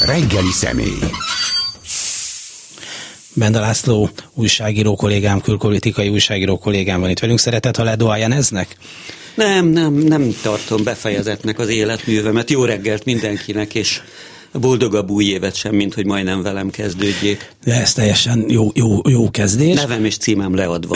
Reggeli személy. Benda László újságíró kollégám, külpolitikai újságíró kollégám van itt velünk. Szereted, ha ledoáljaneznek? Nem tartom befejezetnek az életművemet. Jó reggelt mindenkinek, és boldogabb új évet sem, mint hogy majdnem velem kezdődjék. De ez teljesen jó kezdés. Nevem és címem leadva.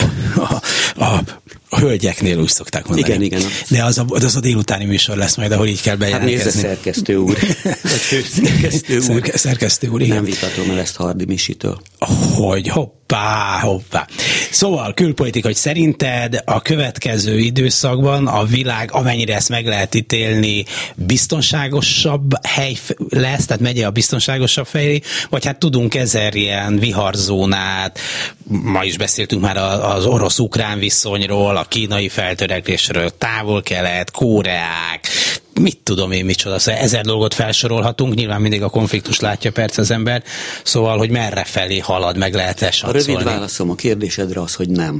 A hölgyeknél úgy szokták mondani. Igen. De az a délutáni műsor lesz majd, ahol így kell bejelentkezni. Hát nézze, szerkesztő úr. Vagy főszerkesztő úr. Szerkesztő úr, igen. Nem vitatom el ezt Hardy Misitől. Hogy hoppá. Szóval külpolitika, hogy szerinted a következő időszakban a világ, amennyire ezt meg lehet ítélni, biztonságosabb hely lesz, tehát megy a biztonságosabb felé, vagy hát tudunk 1000 ilyen viharzónát, ma is beszéltünk már az orosz-ukrán viszonyról, a kínai feltörekvésről, Távol-Kelet, Koreák, mit tudom én micsoda, szóval 1000 dolgot felsorolhatunk, nyilván mindig a konfliktus látja perc az ember, szóval, hogy merre felé halad, meg lehet-e satszolni? A rövid válaszom a kérdésedre az, hogy nem.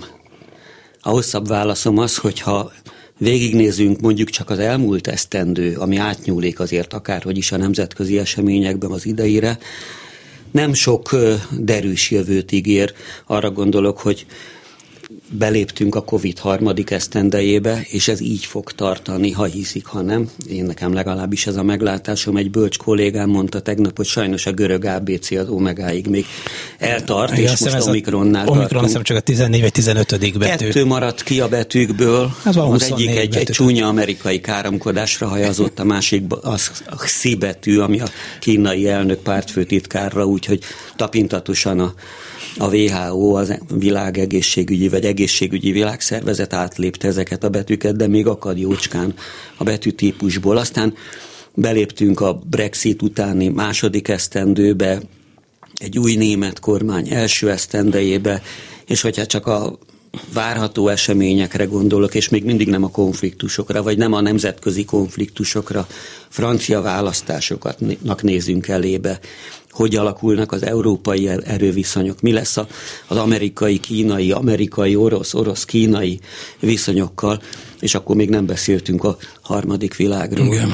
A hosszabb válaszom az, hogyha végignézünk mondjuk csak az elmúlt esztendő, ami átnyúlik azért akárhogy is a nemzetközi eseményekben az idejére, nem sok derűs jövőt ígér. Arra gondolok, hogy beléptünk a Covid harmadik esztendejébe, és ez így fog tartani, ha hiszik, ha nem. Én nekem legalábbis ez a meglátásom. Egy bölcs kollégám mondta tegnap, hogy sajnos a görög ABC az omegáig még eltart, és most Omikronnál tartunk. Omikron azt csak a 14 vagy 15. betű. 2 maradt ki a betűkből. Az egyik egy csúnya amerikai káromkodásra hajazott, a másik az a Xi betű, ami a kínai elnök pártfőtitkárra, úgyhogy tapintatosan a WHO, az világegészségügyi vagy egészségügyi világszervezet átlépte ezeket a betűket, de még akad jócskán a betűtípusból. Aztán beléptünk a Brexit utáni második esztendőbe, egy új német kormány első esztendejébe, és hogyha csak a várható eseményekre gondolok, és még mindig nem a konfliktusokra, vagy nem a nemzetközi konfliktusokra, francia választásoknak nézünk elébe, hogy alakulnak az európai erőviszonyok, mi lesz az amerikai-kínai, amerikai-orosz, orosz-kínai viszonyokkal, és akkor még nem beszéltünk a harmadik világról. Igen.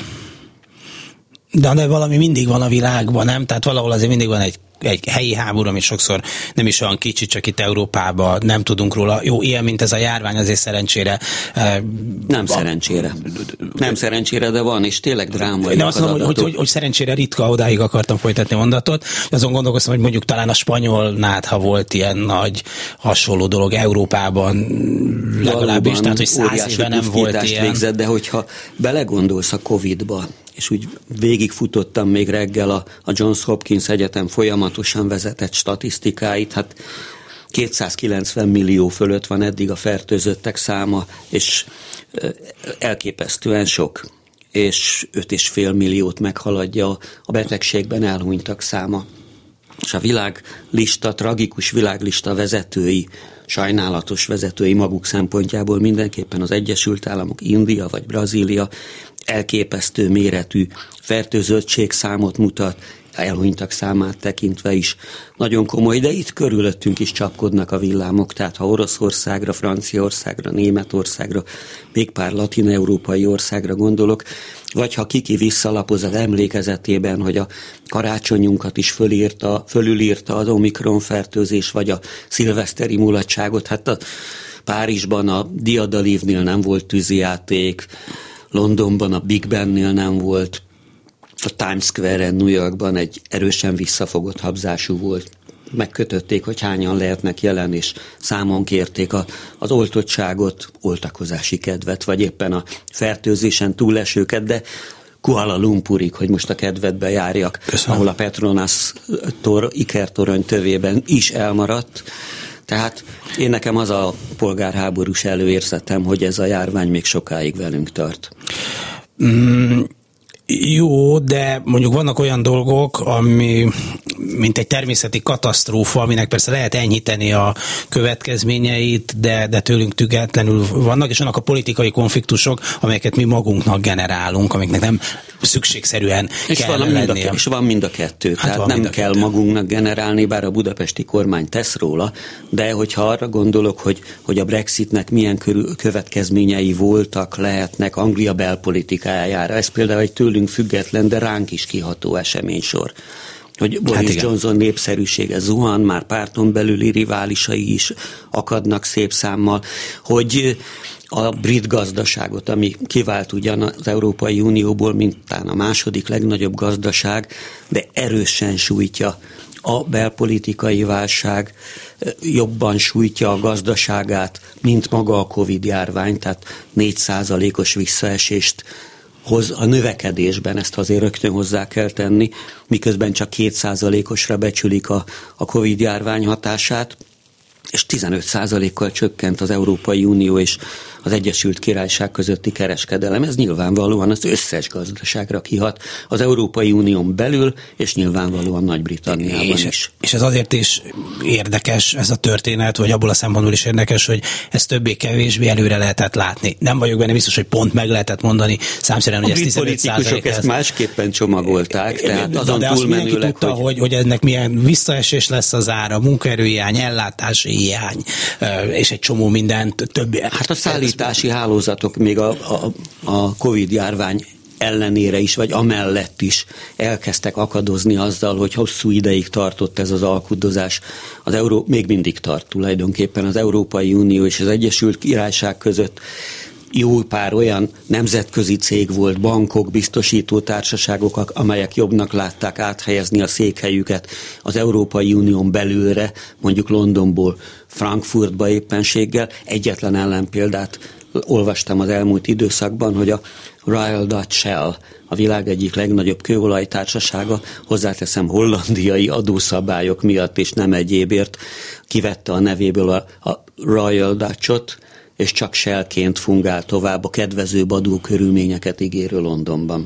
De valami mindig van a világban, nem? Tehát valahol azért mindig van egy helyi háború, ami sokszor nem is olyan kicsi, csak itt Európában nem tudunk róla. Jó, ilyen, mint ez a járvány, azért szerencsére... Nem szerencsére, de van, és tényleg drámai. De azt mondom, hogy szerencsére ritka, odáig akartam folytatni mondatot. Azon gondolkoztam, hogy mondjuk talán a spanyolnál, ha volt ilyen nagy hasonló dolog Európában legalábbis, tehát hogy 100 éve nem volt ilyen. Végzett, de hogyha belegondolsz a Covid-ba, és úgy végigfutottam még reggel a Johns Hopkins Egyetem folyamatosan vezetett statisztikáit, hát 290 millió fölött van eddig a fertőzöttek száma, és elképesztően sok, és 5,5 milliót meghaladja a betegségben elhunytak száma. És a világlista, tragikus világlista vezetői, sajnálatos vezetői maguk szempontjából mindenképpen az Egyesült Államok, India vagy Brazília elképesztő méretű fertőzöttségszámot mutat, elhunytak számát tekintve is nagyon komoly, de itt körülöttünk is csapkodnak a villámok, tehát ha Oroszországra, Franciaországra, Németországra, még pár latin-európai országra gondolok, vagy ha Kiki visszalapoz az emlékezetében, hogy a karácsonyunkat is fölülírta az Omikron fertőzés, vagy a szilveszteri mulatságot, hát a Párizsban a Diadalívnél nem volt tűzijáték, Londonban a Big Bennél nem volt, a Times Square-en New Yorkban egy erősen visszafogott habzású volt. Megkötötték, hogy hányan lehetnek jelen, és számon kérték az oltottságot, oltakozási kedvet, vagy éppen a fertőzésen túlesőket, de Kuala Lumpurig, hogy most a kedvedbe járjak, köszönöm. Ahol a Petronas ikertorony tövében is elmaradt. Tehát én nekem az a polgárháborús előérzetem, hogy ez a járvány még sokáig velünk tart. Jó, de mondjuk vannak olyan dolgok, ami mint egy természeti katasztrófa, aminek persze lehet enyhíteni a következményeit, de tőlünk függetlenül vannak, és vannak a politikai konfliktusok, amelyeket mi magunknak generálunk, amiknek nem szükségszerűen kell lennie. És van mind a kettő. Hát tehát nem kell magunknak generálni, bár a budapesti kormány tesz róla, de hogyha arra gondolok, hogy a Brexitnek milyen következményei voltak, lehetnek Anglia belpolitikájára, ez például egy tőlünk tőlünk független, de ránk is kiható eseménysor. Hogy Boris Johnson népszerűsége zuhan, már párton belüli riválisai is akadnak szép számmal, hogy a brit gazdaságot, ami kivált ugyan az Európai Unióból, mint talán a második legnagyobb gazdaság, de erősen sújtja a belpolitikai válság, jobban sújtja a gazdaságát, mint maga a Covid-járvány, tehát 4%-os visszaesést hoz a növekedésben, ezt azért rögtön hozzá kell tenni, miközben csak 2%-osra becsülik a Covid-járvány hatását, és 15%-kal csökkent az Európai Unió és az Egyesült Királyság közötti kereskedelem. Ez nyilvánvalóan az összes gazdaságra kihat az Európai Unión belül, és nyilvánvalóan Nagy-Britanniában is. És ez azért is érdekes, ez a történet, vagy abból a szempontból is érdekes, hogy ez többé-kevésbé előre lehetett látni. Nem vagyok benne biztos, hogy pont meg lehetett mondani számszerűen, hogy ez 15%. A politikusok ezt másképpen csomagolták, tehát azon de túlmenőleg, tudta, hogy ennek milyen visszaesés lesz az ára, munkaerőhiány, ellátási hiány, és egy csomó mindent többé. Hát a szállítási hálózatok még a Covid-járvány ellenére is, vagy amellett is elkezdtek akadozni azzal, hogy hosszú ideig tartott ez az alkudozás. Még mindig tart tulajdonképpen az Európai Unió és az Egyesült Királyság között. Jó pár olyan nemzetközi cég volt, bankok, biztosítótársaságok, amelyek jobbnak látták áthelyezni a székhelyüket az Európai Unión belülre, mondjuk Londonból Frankfurtba éppenséggel. Egyetlen ellenpéldát olvastam az elmúlt időszakban, hogy a Royal Dutch Shell, a világ egyik legnagyobb kőolajtársasága, hozzáteszem hollandiai adószabályok miatt és nem egyébért kivette a nevéből a Royal Dutchot, és csak Shellként fungál tovább, a kedvezőbb adókörülményeket ígérő Londonban.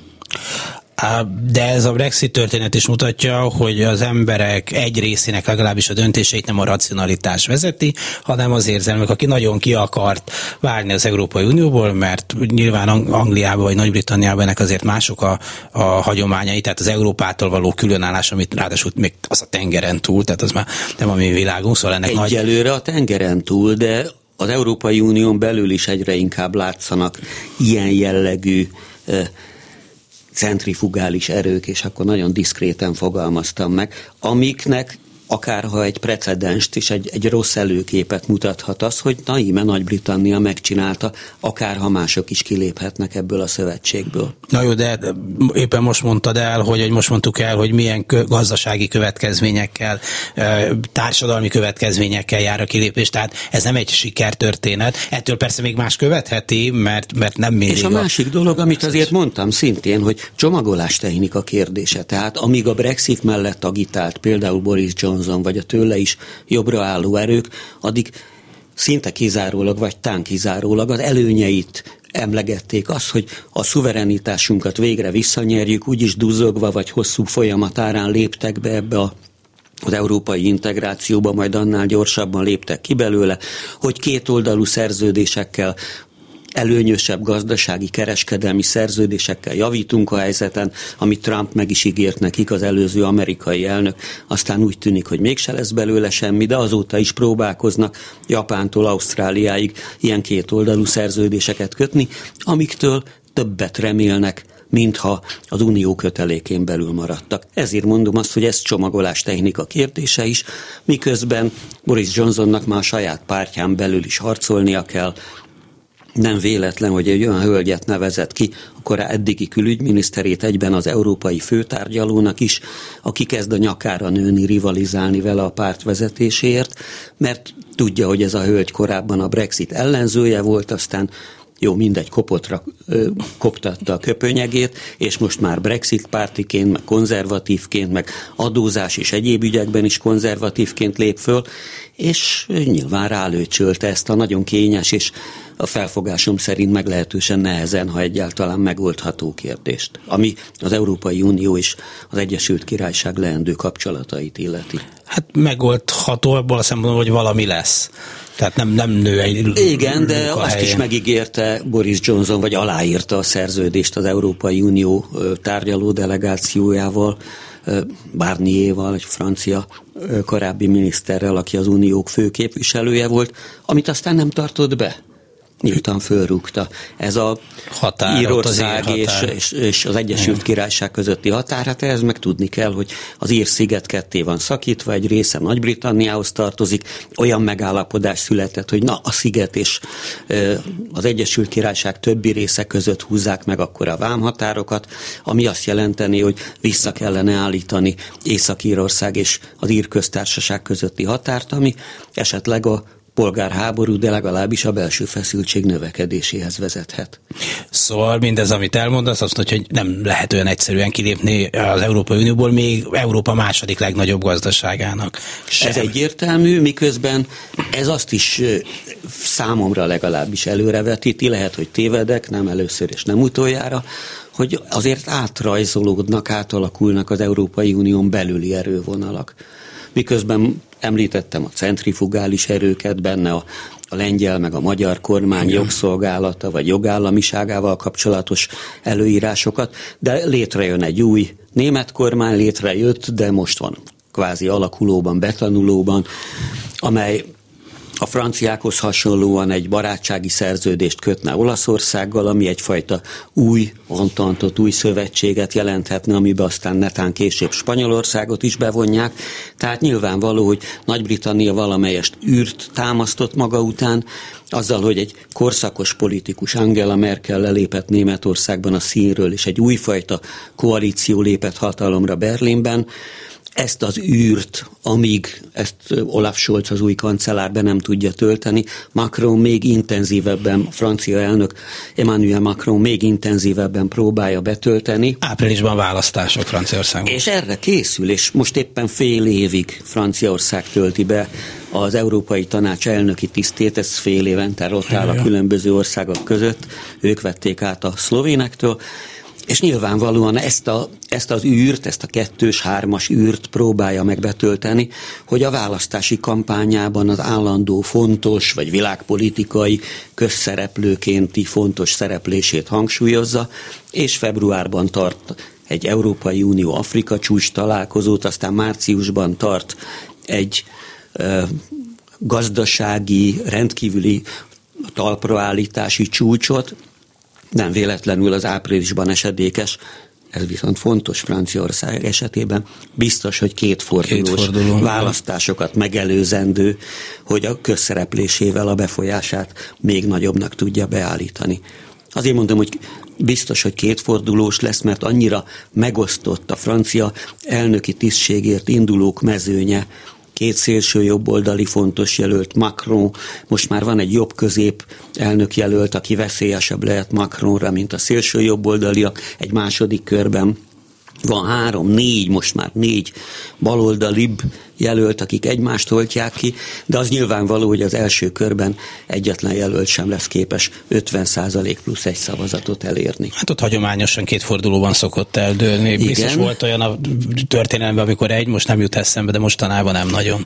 De ez a Brexit történet is mutatja, hogy az emberek egy részének legalábbis a döntéseit nem a racionalitás vezeti, hanem az érzelmek, aki nagyon ki akart válni az Európai Unióból, mert nyilván Angliában vagy Nagy-Britanniában ennek azért mások a hagyományai, tehát az Európától való különállás, amit ráadásul még az a tengeren túl, tehát az már nem a mi világunk, szóval ennek egyelőre a tengeren túl, de az Európai Unión belül is egyre inkább látszanak ilyen jellegű centrifugális erők, és akkor nagyon diszkréten fogalmaztam meg, amiknek akárha egy precedenst és egy rossz előképet mutathat az, hogy na íme Nagy-Britannia megcsinálta, akárha mások is kiléphetnek ebből a szövetségből. Na jó, de éppen most mondtad el, most mondtuk el, hogy milyen gazdasági következményekkel, társadalmi következményekkel jár a kilépés, tehát ez nem egy sikertörténet. Ettől persze még más követheti, mert nem mindig. És a másik dolog, amit azért mondtam szintén, hogy csomagolástechnika kérdése. Tehát amíg a Brexit mellett agitált például Boris Johnson vagy a tőle is jobbra álló erők, addig szinte kizárólag, vagy tán kizárólag az előnyeit emlegették, azt, hogy a szuverenitásunkat végre visszanyerjük, úgyis duzzogva vagy hosszú folyamat árán léptek be ebbe az európai integrációba, majd annál gyorsabban léptek ki belőle, hogy kétoldalú szerződésekkel, előnyösebb gazdasági, kereskedelmi szerződésekkel javítunk a helyzeten, amit Trump meg is ígért nekik, az előző amerikai elnök. Aztán úgy tűnik, hogy mégse lesz belőle semmi, de azóta is próbálkoznak Japántól Ausztráliáig ilyen kétoldalú szerződéseket kötni, amiktől többet remélnek, mintha az unió kötelékén belül maradtak. Ezért mondom azt, hogy ez csomagolástechnika kérdése is, miközben Boris Johnsonnak már a saját pártján belül is harcolnia kell. Nem véletlen, hogy egy olyan hölgyet nevezett ki, akkor eddigi külügyminiszterét egyben az európai főtárgyalónak is, aki kezd a nyakára nőni, rivalizálni vele a párt vezetéséért, mert tudja, hogy ez a hölgy korábban a Brexit ellenzője volt, aztán jó, mindegy, kopotra koptatta a köpönyegét, és most már Brexit pártiként, meg konzervatívként, meg adózás és egyéb ügyekben is konzervatívként lép föl, és nyilván rálőcsölte ezt a nagyon kényes és a felfogásom szerint meglehetősen nehezen, ha egyáltalán megoldható kérdést, ami az Európai Unió és az Egyesült Királyság leendő kapcsolatait illeti. Hát megoldható abból a szempontból, hogy valami lesz. Tehát nem nő egy igen, de azt is megígérte Boris Johnson, vagy aláírta a szerződést az Európai Unió tárgyaló delegációjával, Barnierval, egy francia korábbi miniszterrel, aki az uniók fő képviselője volt, amit aztán nem tartott be. nyíltan fölrúgta. Ez a Írország és az Egyesült Királyság közötti határ, hát ehhez meg tudni kell, hogy az Ír-sziget ketté van szakítva, egy része Nagy-Britanniához tartozik, olyan megállapodás született, hogy a sziget és az Egyesült Királyság többi része között húzzák meg akkor a vámhatárokat, ami azt jelenteni, hogy vissza kellene állítani Észak-Írország és az Ír köztársaság közötti határt, ami esetleg a polgárháború, de legalábbis a belső feszültség növekedéséhez vezethet. Szóval mindez, amit elmondasz, azt mondja, hogy nem lehet olyan egyszerűen kilépni az Európai Unióból, még Európa második legnagyobb gazdaságának sem. Ez egyértelmű, miközben ez azt is számomra legalábbis előrevetíti, lehet, hogy tévedek, nem először és nem utoljára, hogy azért átrajzolódnak, átalakulnak az Európai Unión belüli erővonalak. Miközben említettem a centrifugális erőket, benne a lengyel meg a magyar kormány jogszolgálata vagy jogállamiságával kapcsolatos előírásokat, de létrejön egy új német kormány, létrejött, de most van kvázi alakulóban, betanulóban, amely a franciákhoz hasonlóan egy barátsági szerződést kötne Olaszországgal, ami egyfajta új ententot, új szövetséget jelenthetne, amiben aztán netán később Spanyolországot is bevonják. Tehát nyilvánvaló, hogy Nagy-Britannia valamelyest űrt támasztott maga után, azzal, hogy egy korszakos politikus Angela Merkel lelépett Németországban a színről, és egy újfajta koalíció lépett hatalomra Berlinben. Ezt az űrt, amíg ezt Olaf Scholz, az új kancellár be nem tudja tölteni, Macron még intenzívebben, francia elnök Emmanuel Macron még intenzívebben próbálja betölteni. Áprilisban választások Franciaországban. És erre készül, és most éppen fél évig Franciaország tölti be az Európai Tanács elnöki tisztét, ez fél évente rotál a különböző országok között, ők vették át a szlovénektől, és nyilvánvalóan ezt az űrt, ezt a 2-3-as űrt próbálja meg betölteni, hogy a választási kampányában az állandó fontos, vagy világpolitikai közszereplőkénti fontos szereplését hangsúlyozza, és februárban tart egy Európai Unió Afrika csúcs találkozót, aztán márciusban tart egy gazdasági, rendkívüli talpraállítási csúcsot, nem véletlenül az áprilisban esedékes, ez viszont fontos Franciaország esetében, biztos, hogy kétfordulós választásokat megelőzendő, hogy a közszereplésével a befolyását még nagyobbnak tudja beállítani. Azért mondom, hogy biztos, hogy kétfordulós lesz, mert annyira megosztott a francia elnöki tisztségért indulók mezőnye, két szélső jobboldali fontos jelölt, Macron, most már van egy jobb-közép elnök jelölt, aki veszélyesebb lehet Macronra, mint a szélső jobboldaliak, egy második körben van 3-4, most már 4 baloldalibb jelölt, akik egymást oltják ki, de az nyilvánvaló, hogy az első körben egyetlen jelölt sem lesz képes 50% plusz egy szavazatot elérni. Hát ott hagyományosan két fordulóban szokott eldőlni. Igen. Biztos volt olyan a történelemben, amikor most nem jut eszembe, de mostanában nem nagyon.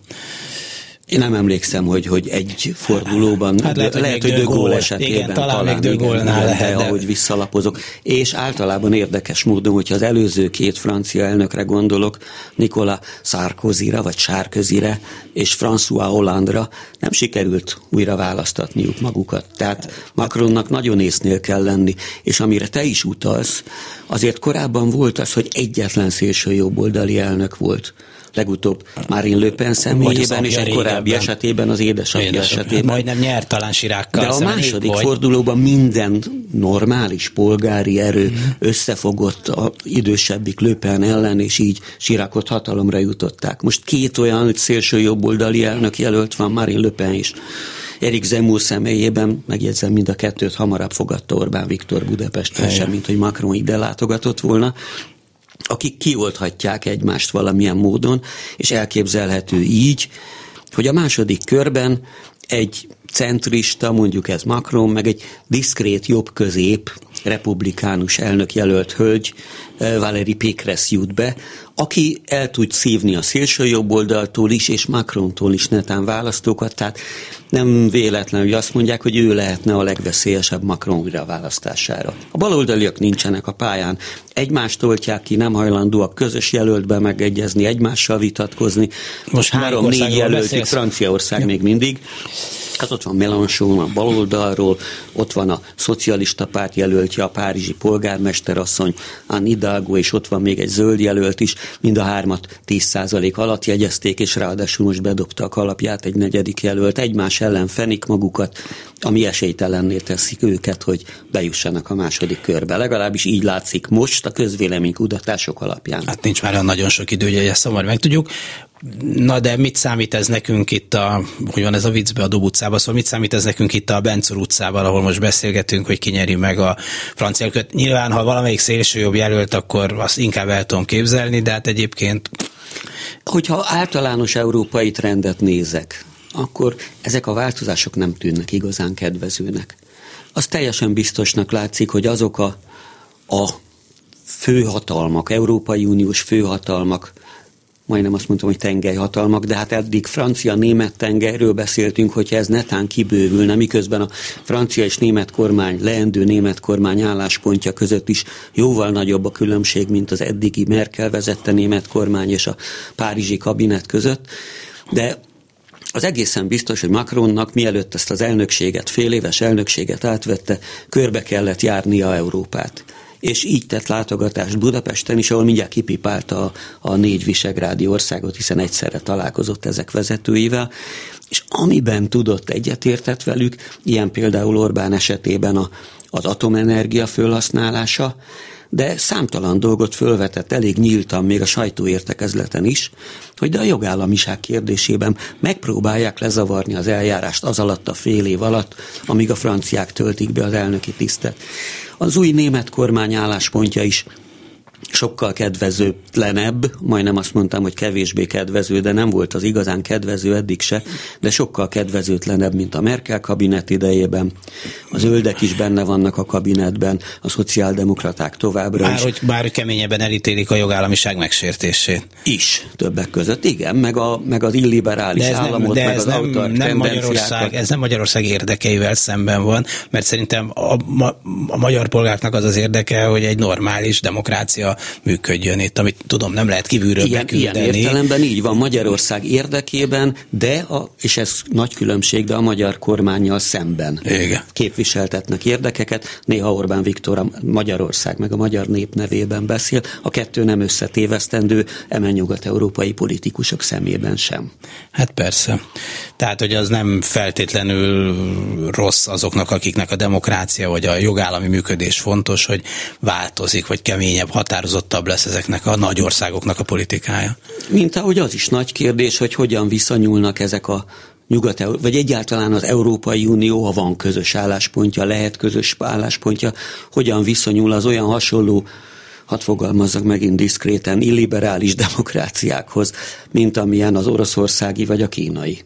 Én nem emlékszem, hogy egy fordulóban, hát lehet, hogy De Gaulle esetében, igen, talán még De Gaulle-nál lehet, de ahogy visszalapozok. És általában érdekes módon, hogyha az előző két francia elnökre gondolok, Nicolas Sarkozyra, vagy Sarkozyre, és François Hollande-ra, nem sikerült újra választatniuk magukat. Tehát Macronnak nagyon észnél kell lenni, és amire te is utalsz, azért korábban volt az, hogy egyetlen szélső jobboldali elnök volt. Legutóbb Marine Le Pen személyében, és egy korábbi esetében az édesapja esetében. Majdnem nyert talán Chirac-kal. De a második fordulóban minden normális polgári erő összefogott az idősebbik Le Pen ellen, és így Chiracot hatalomra jutották. Most két olyan szélső jobboldali elnök jelölt van, Marine Le Pen is. Éric Zemmour személyében, megjegyzem, mind a kettőt hamarabb fogadta Orbán Viktor Budapesten sem, mint hogy Macron ide látogatott volna, akik kiolthatják egymást valamilyen módon, és elképzelhető így, hogy a második körben egy centrista, mondjuk ez Macron, meg egy diszkrét jobb-közép, republikánus elnökjelölt hölgy, Valérie Pécresse jut be, aki el tud szívni a szélső jobboldaltól is, és Macrontól is netán választókat, tehát nem véletlenül azt mondják, hogy ő lehetne a legveszélyesebb Macron újraválasztására. A baloldaliak nincsenek a pályán, egymást toltják ki, nem hajlandóak közös jelöltben megegyezni, egymással vitatkozni. Most 3-4 jelöltük, Franciaország még mindig. Hát ott van Mélenchon a baloldalról, ott van a szocialista párt jelöltje, a párizsi polgármesterasszony, Anne Hidalgo, és ott van még egy zöld jelölt is, mind a hármat 10% alatt jegyezték, és ráadásul most bedobta a kalapját egy negyedik jelölt. Egymás ellen fenik magukat, ami esélytelenné teszik őket, hogy bejussanak a második körbe. Legalábbis így látszik most a közvéleménykutatások alapján. Hát nincs már olyan nagyon sok idő, hogy ezt hamar megtudjuk. Na de mit számít ez nekünk itt hogy van ez a viccbe a Dob utcában, szóval mit számít ez nekünk itt a Bencur utcában, ahol most beszélgetünk, hogy ki nyeri meg a franciákat. Nyilván, ha valamelyik szélsőjobb jelölt, akkor azt inkább el tudom képzelni, de hát egyébként... Hogyha általános európai trendet nézek, akkor ezek a változások nem tűnnek igazán kedvezőnek. Az teljesen biztosnak látszik, hogy azok a főhatalmak, Európai Uniós főhatalmak, majdnem azt mondtam, hogy tengelyhatalmak, de hát eddig francia-német tengelyről beszéltünk, hogyha ez netán kibővülne, miközben a francia és német kormány, leendő német kormány álláspontja között is jóval nagyobb a különbség, mint az eddigi Merkel vezette német kormány és a párizsi kabinet között. De az egészen biztos, hogy Macronnak mielőtt ezt az elnökséget, féléves elnökséget átvette, körbe kellett járnia Európát. És így tett látogatást Budapesten is, ahol mindjárt kipipálta a 4 visegrádi országot, hiszen egyszerre találkozott ezek vezetőivel, és amiben tudott, egyetértett velük, ilyen például Orbán esetében az atomenergia felhasználása, de számtalan dolgot fölvetett elég nyíltan, még a sajtóértekezleten is, hogy a jogállamiság kérdésében megpróbálják lezavarni az eljárást az alatt a fél év alatt, amíg a franciák töltik be az elnöki tisztet. Az új német kormány álláspontja is sokkal kedvezőtlenebb, majdnem azt mondtam, hogy kevésbé kedvező, de nem volt az igazán kedvező eddig se, de sokkal kedvezőtlenebb, mint a Merkel kabinet idejében. A zöldek is benne vannak a kabinetben, a szociáldemokraták továbbra is. Bár keményebben elítélik a jogállamiság megsértését. Is, többek között, igen, meg az illiberális államot, meg az autoriter tendenciákat. Ez nem Magyarország érdekeivel szemben van, mert szerintem a magyar polgárnak az az érdeke, hogy egy normális demokrácia működjön itt, amit tudom, nem lehet kívülről beküldeni. Ilyen értelemben így van Magyarország érdekében, és ez nagy különbség, de a magyar kormánnyal szemben képviseltetnek érdekeket. Néha Orbán Viktor a Magyarország meg a magyar nép nevében beszél. A kettő nem összetévesztendő, nyugat-európai politikusok szemében sem. Hát persze. Tehát, hogy az nem feltétlenül rossz azoknak, akiknek a demokrácia vagy a jogállami működés fontos, hogy változik, vagy keményebb, határozottabb lesz ezeknek a nagy országoknak a politikája. Mint ahogy az is nagy kérdés, hogy hogyan viszonyulnak ezek a vagy egyáltalán az Európai Unió, ha van közös álláspontja, lehet közös álláspontja, hogyan viszonyul az olyan hasonló, hadd fogalmazzak megint diszkréten, illiberális demokráciákhoz, mint amilyen az oroszországi vagy a kínai.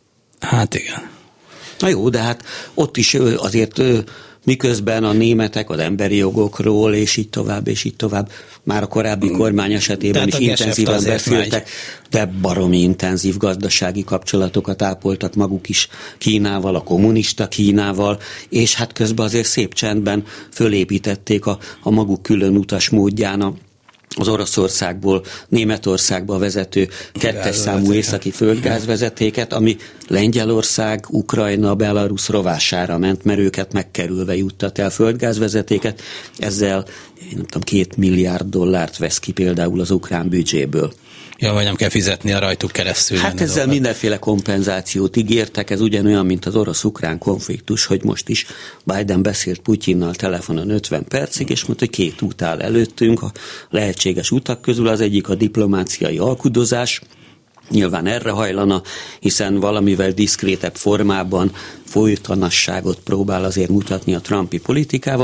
Hát igen. Na jó, de hát ott is azért miközben a németek az emberi jogokról, és így tovább, már a korábbi kormány esetében is intenzíven beszéltek, de baromi intenzív gazdasági kapcsolatokat ápoltak maguk is Kínával, a kommunista Kínával, és hát közben azért szép csendben fölépítették a maguk külön utas módján az Oroszországból Németországba vezető 2. számú északi földgázvezetéket, ami Lengyelország, Ukrajna, Belarus rovására ment, mert őket megkerülve juttat el földgázvezetéket. Ezzel, nem tudom, $2 milliárd vesz ki például az ukrán büdzséből. Ja, vagy nem kell fizetni a rajtuk keresztül. Hát ezzel mindenféle kompenzációt ígértek, ez ugyanolyan, mint az orosz-ukrán konfliktus, hogy most is Biden beszélt Putyinnal telefonon 50 percig, és mondta, hogy 2 út áll előttünk, a lehetséges utak közül az egyik a diplomáciai alkudozás, nyilván erre hajlana, hiszen valamivel diszkrétebb formában folytonosságot próbál azért mutatni a trumpi politikával.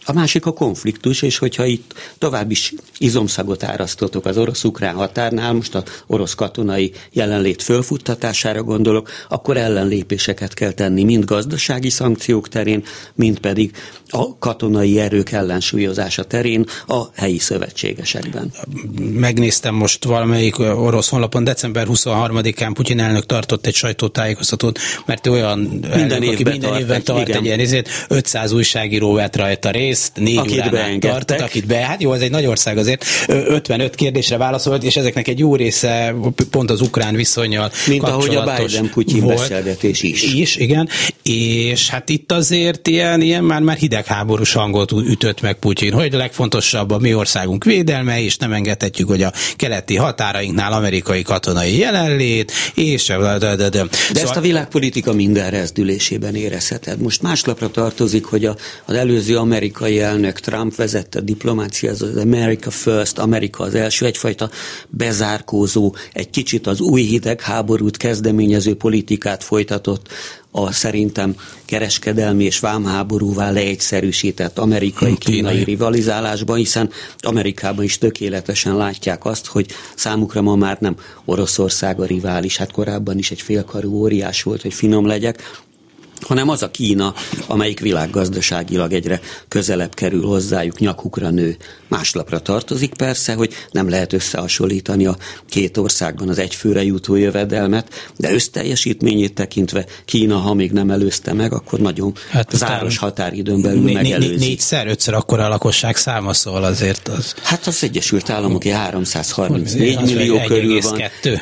A másik a konfliktus, és hogyha itt tovább is izomszagot árasztotok az orosz-ukrán határnál, most az orosz katonai jelenlét fölfuttatására gondolok, akkor ellenlépéseket kell tenni, mind gazdasági szankciók terén, mind pedig a katonai erők ellensúlyozása terén a helyi szövetségesekben. Megnéztem most valamelyik orosz honlapon, december 23-án Putyin elnök tartott egy sajtótájékoztatót, mert olyan elnök, aki minden évben tart egy ilyen 500 újságíró vett rajta részt, 4 órán tartott, hát jó, ez egy nagy ország azért, 55 kérdésre válaszolt, és ezeknek egy jó része pont az ukrán viszonnyal mint ahogy a Biden-Putyin beszélgetés is. Igen, és hát itt azért ilyen már hidegháborús hangot ütött meg Putyin, hogy a legfontosabb a mi országunk védelme, és nem engedhetjük, hogy a keleti határainknál amerikai katonai jelenlét, és de ezt a világpolitika minden rezdülésében érezheted. Most máslapra tartozik, hogy az előző amerikai elnök Trump vezette a diplomácia, az America First, Amerika az első, egyfajta bezárkózó, egy kicsit az új hidegháborút kezdeményező politikát folytatott a szerintem kereskedelmi és vámháborúvá leegyszerűsített amerikai-kínai rivalizálásban, hiszen Amerikában is tökéletesen látják azt, hogy számukra ma már nem Oroszország a rivális, hát korábban is egy félkarú óriás volt, hogy finom legyek, hanem az a Kína, amelyik világgazdaságilag egyre közelebb kerül hozzájuk, nyakukra nő. Máslapra tartozik persze, hogy nem lehet összehasonlítani a két országban az egyfőre jutó jövedelmet, de összteljesítményét tekintve Kína, ha még nem előzte meg, akkor nagyon záros határidőn belül megelőzi. 4-5-szer akkora a lakosság száma, szól azért az. Hát az Egyesült Államoké 334 millió körül van.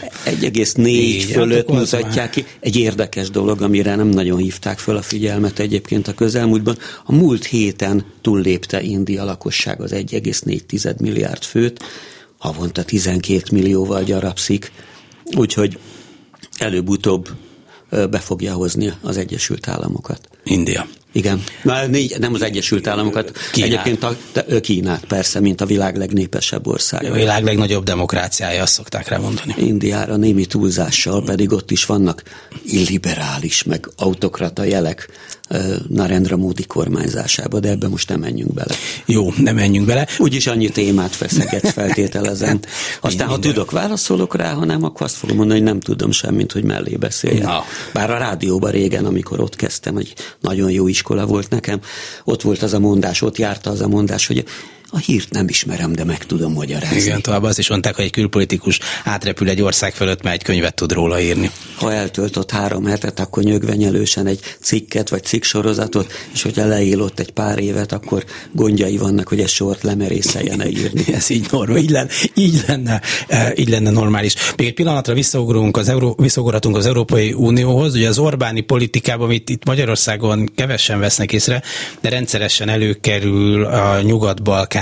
1,4 fölött mutatják ki. Egy érdekes dolog, amire nem nagyon hívták föl a figyelmet egyébként a közelmúltban. A múlt héten túllépte India lakosság az 1,4 milliárd főt, havonta 12 millióval gyarapszik, úgyhogy előbb-utóbb be fogja hozni az Egyesült Államokat. India. Igen. Nem az Egyesült Államokat, egyébként Kínát persze, mint a világ legnépesebb ország. A világ legnagyobb demokráciája, azt szokták rá mondani. Indiára némi túlzással, pedig ott is vannak illiberális, meg autokrata jelek Narendra Modi kormányzásába, de ebbe most nem menjünk bele. Jó, nem menjünk bele. Úgyis annyi témát feszegetsz, feltételezem. Aztán, ha tudok, válaszolok rá, ha nem, akkor azt fogom mondani, hogy nem tudom semmit, hogy mellé beszéljen. Bár a rádióban régen, amikor ott kezdtem, egy nagyon jó iskola volt nekem, ott volt az a mondás, ott járta az a mondás, hogy a hírt nem ismerem, de meg tudom magyarázni. Igen, tovább azt is mondták, hogy egy külpolitikus átrepül egy ország fölött, mert egy könyvet tud róla írni. Ha eltöltött 3 hetet, akkor nyögvenyelősen egy cikket vagy cikksorozatot, és hogyha leél ott egy pár évet, akkor gondjai vannak, hogy egy sort lemerészeljen írni. Ez így lenne normális. Még egy pillanatra visszaugorhatunk az Európai Unióhoz. Ugye az Orbáni politikában itt Magyarországon kevesen vesznek észre, de rendszeresen előkerül a nyugat-balkáni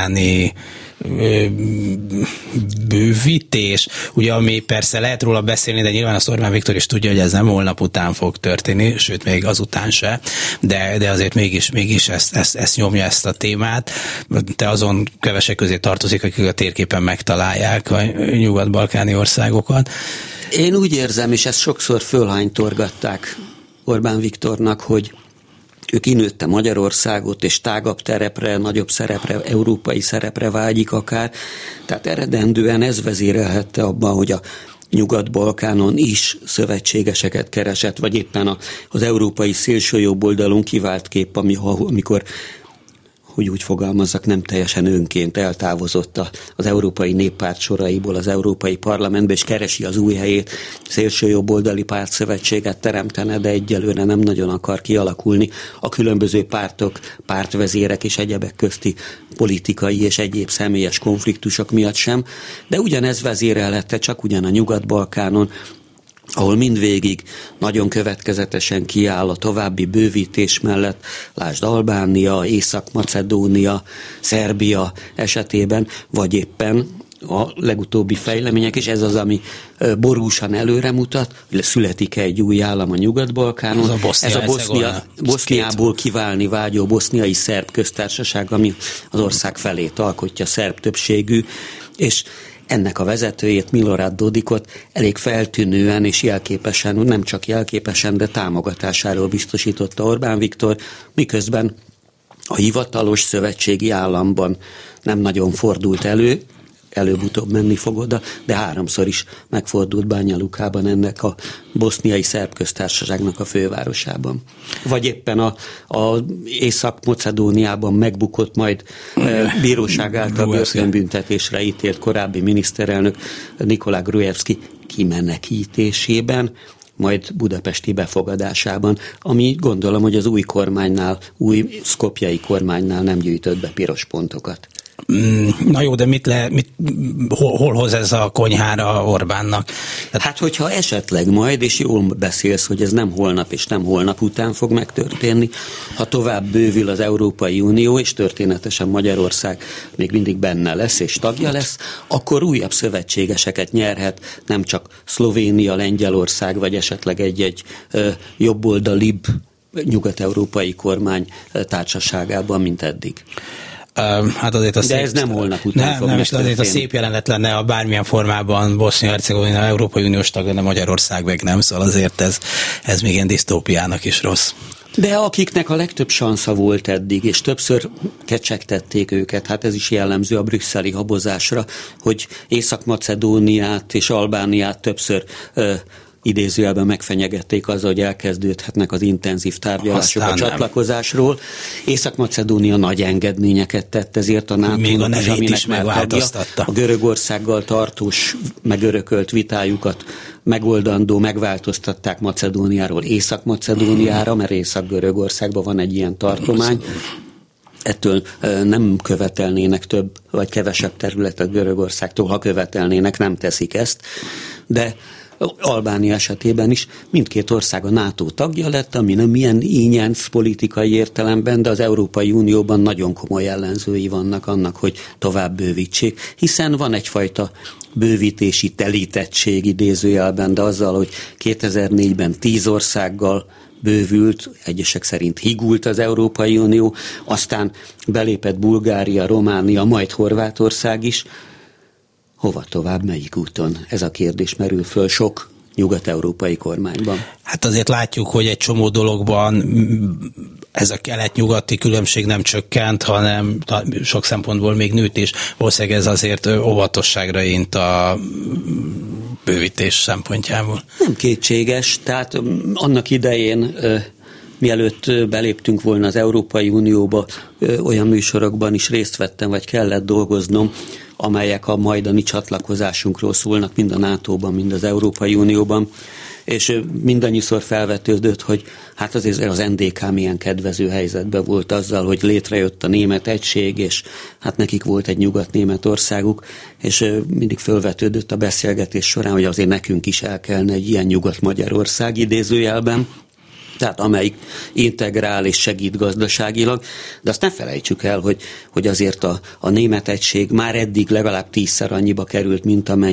bővítés, ugye, ami persze lehet róla beszélni, de nyilván azt Orbán Viktor is tudja, hogy ez nem holnap után fog történni, sőt még azután se, de azért mégis ezt nyomja, ezt a témát. Te azon kevesek közé tartozik, akik a térképen megtalálják a nyugat-balkáni országokat. Én úgy érzem, és ezt sokszor fölhánytorgatták Orbán Viktornak, hogy ő kinőtte Magyarországot, és tágabb terepre, nagyobb szerepre, európai szerepre vágyik akár. Tehát eredendően ez vezérelhette abban, hogy a Nyugat-Balkánon is szövetségeseket keresett, vagy éppen az európai szélsőjobb oldalon kivált kép, amikor, hogy úgy fogalmazzak, nem teljesen önként eltávozott az Európai Néppárt soraiból az Európai Parlamentbe, és keresi az új helyét, szélsőjobboldali pártszövetséget teremtene, de egyelőre nem nagyon akar kialakulni a különböző pártok, pártvezérek és egyebek közti politikai és egyéb személyes konfliktusok miatt sem, de ugyanez vezérelhette csak ugyan a Nyugat-Balkánon, ahol mindvégig nagyon következetesen kiáll a további bővítés mellett, lásd Albánia, Észak-Macedónia, Szerbia esetében, vagy éppen a legutóbbi fejlemények, és ez az, ami borúsan előre mutat, hogy születik egy új állam a Nyugat-Balkánon. Ez a Boszniából kiválni vágyó boszniai szerb köztársaság, ami az ország felét alkotja, szerb többségű, és ennek a vezetőjét, Milorad Dodikot elég feltűnően és jelképesen, nem csak jelképesen, de támogatásáról biztosította Orbán Viktor, miközben a hivatalos szövetségi államban nem nagyon fordult elő, előbb-utóbb menni fog oda, de 3-szor is megfordult Banja Lukában, ennek a boszniai szerb köztársaságnak a fővárosában. Vagy éppen a Észak-Macedóniában megbukott, majd bíróság által börtönbüntetésre ítélt korábbi miniszterelnök Nikola Gruevski kimenekítésében, majd budapesti befogadásában, ami gondolom, hogy az új kormánynál, új szkopjai kormánynál nem gyűjtött be piros pontokat. Na jó, de hol hoz ez a konyhára Orbánnak? Hát, hogyha esetleg majd, és jól beszélsz, hogy ez nem holnap és nem holnap után fog megtörténni, ha tovább bővül az Európai Unió, és történetesen Magyarország még mindig benne lesz, és tagja lesz, akkor újabb szövetségeseket nyerhet, nem csak Szlovénia, Lengyelország, vagy esetleg egy jobboldalibb nyugat-európai kormány társaságában, mint eddig. Hát azért de ez nem holnap után fog megtörténni. Azért a szép jelenet lenne, a bármilyen formában Bosznia-Hercegovina Európai Uniós tag, de Magyarország meg nem, szóval azért ez még ilyen disztópiának is rossz. De akiknek a legtöbb sansza volt eddig, és többször kecsegtették őket, hát ez is jellemző a brüsszeli habozásra, hogy Észak-Macedóniát és Albániát többször idézőjelben megfenyegették azzal, hogy elkezdődhetnek az intenzív tárgyalások a csatlakozásról. Észak-Macedónia nagy engedményeket tett ezért a NATO-nak, és aminek már tagja, a Görögországgal tartós, megörökölt vitájukat megoldandó, megváltoztatták Macedóniáról Észak-Macedóniára, mert Észak-Görögországban van egy ilyen tartomány. Ettől nem követelnének több vagy kevesebb területet Görögországtól, ha követelnének, nem teszik ezt, de Albánia esetében is mindkét ország a NATO tagja lett, ami nem ilyen ínyenc politikai értelemben, de az Európai Unióban nagyon komoly ellenzői vannak annak, hogy tovább bővítsék, hiszen van egyfajta bővítési telítettség idézőjelben, de azzal, hogy 2004-ben 10 országgal bővült, egyesek szerint higult az Európai Unió, aztán belépett Bulgária, Románia, majd Horvátország is. Hova tovább, melyik úton? Ez a kérdés merül föl sok nyugat-európai kormányban. Hát azért látjuk, hogy egy csomó dologban ez a kelet-nyugati különbség nem csökkent, hanem sok szempontból még nőtt, és valószínűleg ez azért óvatosságra int a bővítés szempontjából. Nem kétséges, tehát annak idején mielőtt beléptünk volna az Európai Unióba, olyan műsorokban is részt vettem, vagy kellett dolgoznom, amelyek a majdani csatlakozásunkról szólnak, mind a NATO-ban, mind az Európai Unióban, és mindannyiszor felvetődött, hogy hát azért az NDK milyen kedvező helyzetben volt azzal, hogy létrejött a német egység, és hát nekik volt egy nyugat-németországuk, és mindig felvetődött a beszélgetés során, hogy azért nekünk is el kellene egy ilyen Nyugat-Magyarország idézőjelben, tehát amelyik integrál és segít gazdaságilag, de azt ne felejtsük el, hogy azért a német egység már eddig legalább 10-szer annyiba került,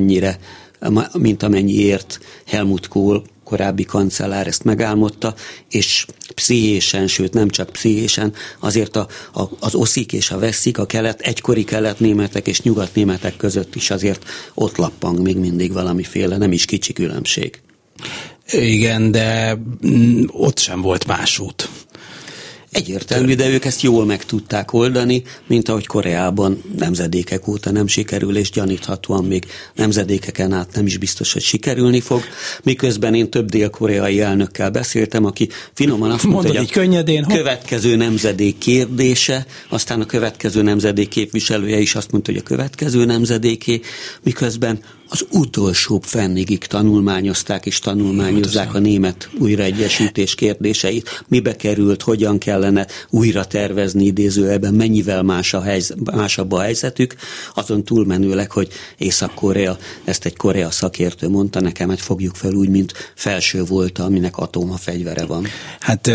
mint amennyiért Helmut Kohl korábbi kancellár ezt megálmodta, és pszichésen, sőt nem csak pszichésen, azért az oszik és a veszik, a egykori kelet-németek és nyugat-németek között is azért ott lappang még mindig valamiféle, nem is kicsi különbség. Igen, de ott sem volt más út. Egyértelmű, de ők ezt jól meg tudták oldani, mint ahogy Koreában nemzedékek óta nem sikerül, és gyaníthatóan még nemzedékeken át nem is biztos, hogy sikerülni fog. Miközben én több dél-koreai elnökkel beszéltem, aki finoman azt mondta, hogy könnyedén, következő nemzedék kérdése, aztán a következő nemzedék képviselője is azt mondta, hogy a következő nemzedéké, miközben az utolsó fennigig tanulmányozták és tanulmányozzák a német újraegyesítés kérdéseit. Mibe került, hogyan kellene újra tervezni idézőjelben, mennyivel másabb a helyzetük, azon túlmenőleg, hogy Észak-Korea, ezt egy Korea szakértő mondta nekem, hogy fogjuk fel úgy, mint felső volt, aminek atomfegyvere van. Hát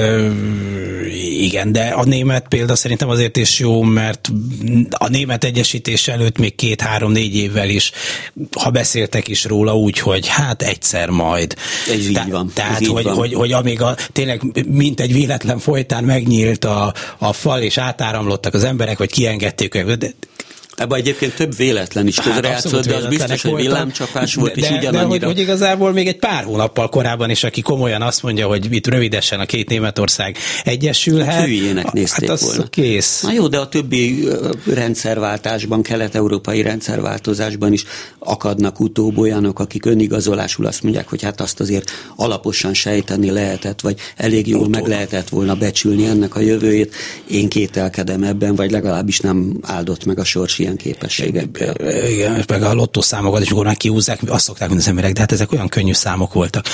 igen, de a német példa szerintem azért is jó, mert a német egyesítés előtt még 2-3-4 évvel is, ha beszéltek is róla úgy, hogy hát egyszer majd. Ez így van. Tehát, hogy amíg tényleg mint egy véletlen folytán megnyílt a fal, és átáramlottak az emberek, vagy kiengedték őket. Ebben egyébként több véletlen is közrejátszott, de az biztos, hogy villámcsapás volt, és ugyanannyira... De hogy igazából még egy pár hónappal korábban is, aki komolyan azt mondja, hogy itt rövidesen a két Németország egyesülhet. Hát hülyének nézték volna. Kész. Na jó, de a többi rendszerváltásban, kelet-európai rendszerváltozásban is akadnak utóbb olyanok, akik önigazolásul azt mondják, hogy hát azt azért alaposan sejteni lehetett, vagy elég jól meg lehetett volna becsülni ennek a jövőjét. Én kételkedem ebben, vagy legalábbis nem áldott meg a sors ilyen képességekkel. Igen, meg a lottószámokat is, amikor már kihúzzák, azt szokták mondani az emberek, de hát ezek olyan könnyű számok voltak,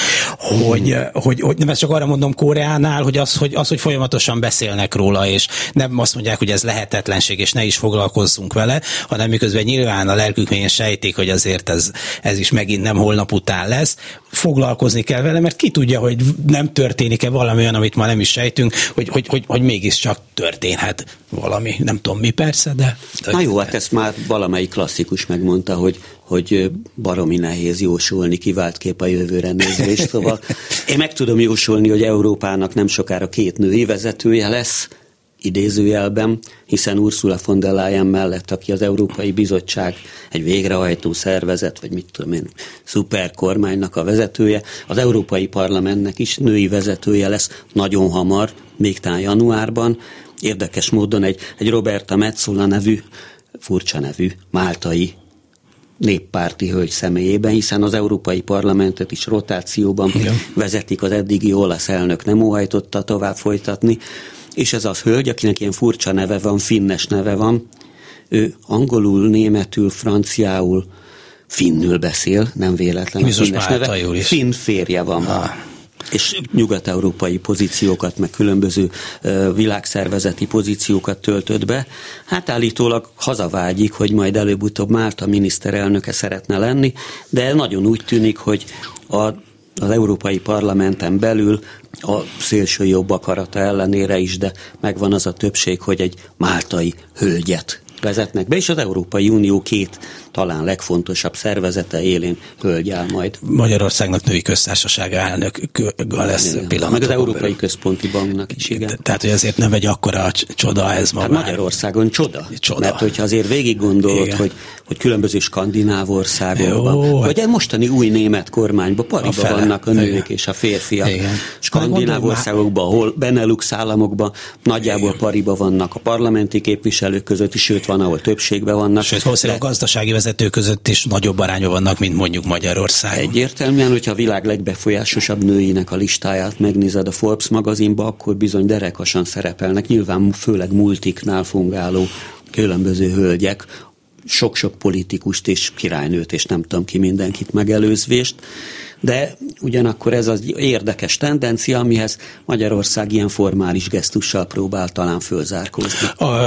hogy nem ezt csak arra mondom Koreánál, hogy hogy folyamatosan beszélnek róla, és nem azt mondják, hogy ez lehetetlenség, és ne is foglalkozzunk vele, hanem miközben nyilván a lelkük mélyén sejtik, hogy azért ez is megint nem holnap után lesz, foglalkozni kell vele, mert ki tudja, hogy nem történik-e valami olyan, amit ma nem is sejtünk, hogy mégiscsak történhet valami, nem tudom mi persze, de... Na jó, hát ezt már valamelyik klasszikus megmondta, hogy baromi nehéz jósolni, kivált kép a jövőre nézvést, szóval én meg tudom jósolni, hogy Európának nem sokára 2 női vezetője lesz, idézőjelben, hiszen Ursula von der Leyen mellett, aki az Európai Bizottság egy végrehajtó szervezet, vagy mit tudom én, szuperkormánynak a vezetője, az Európai Parlamentnek is női vezetője lesz nagyon hamar, még talán januárban. Érdekes módon egy Roberta Metsola nevű, furcsa nevű, máltai néppárti hölgy személyében, hiszen az Európai Parlamentet is rotációban vezetik, az eddigi olasz elnök nem óhajtotta tovább folytatni, és ez az hölgy, akinek ilyen furcsa neve van, finnes neve van, ő angolul, németül, franciául, finnül beszél, nem véletlen biztos a finnes neve, finn férje van. És nyugat-európai pozíciókat, meg különböző világszervezeti pozíciókat töltött be. Hát állítólag hazavágyik, hogy majd előbb-utóbb Málta miniszterelnöke szeretne lenni, de nagyon úgy tűnik, hogy az Európai Parlamenten belül a szélső jobb akarata ellenére is, de megvan az a többség, hogy egy máltai hölgyet vezetnek be, és az Európai Unió 2 talán legfontosabb szervezete élén hölgy áll majd. Magyarországnak női köztársasága elnök lesz pillanatban. Meg az Európai Központi Banknak is, igen. Tehát, hogy azért nem egy akkora csoda ez ma hát már. Magyarországon csoda. Mert hogyha azért végig gondolod, hogy különböző skandináv országokban, vagy egy mostani új német kormányban pariba vannak a nők és a férfiak. Igen. Skandináv országokban, ahol Benelux államokban nagyjából pariba vannak a parlamenti képviselők között is, sőt van, ahol többségben vannak. Sőt, valószínűleg a gazdasági vezetők között is nagyobb arányban vannak, mint mondjuk Magyarországon. Egyértelműen, hogyha a világ legbefolyásosabb nőinek a listáját megnézed a Forbes magazinba, akkor bizony derekasan szerepelnek, nyilván főleg multiknál fungáló különböző hölgyek, sok-sok politikust és királynőt, és nem tudom ki mindenkit megelőzvést, de ugyanakkor ez az érdekes tendencia, amihez Magyarország ilyen formális gesztussal próbál talán fölzárkózni.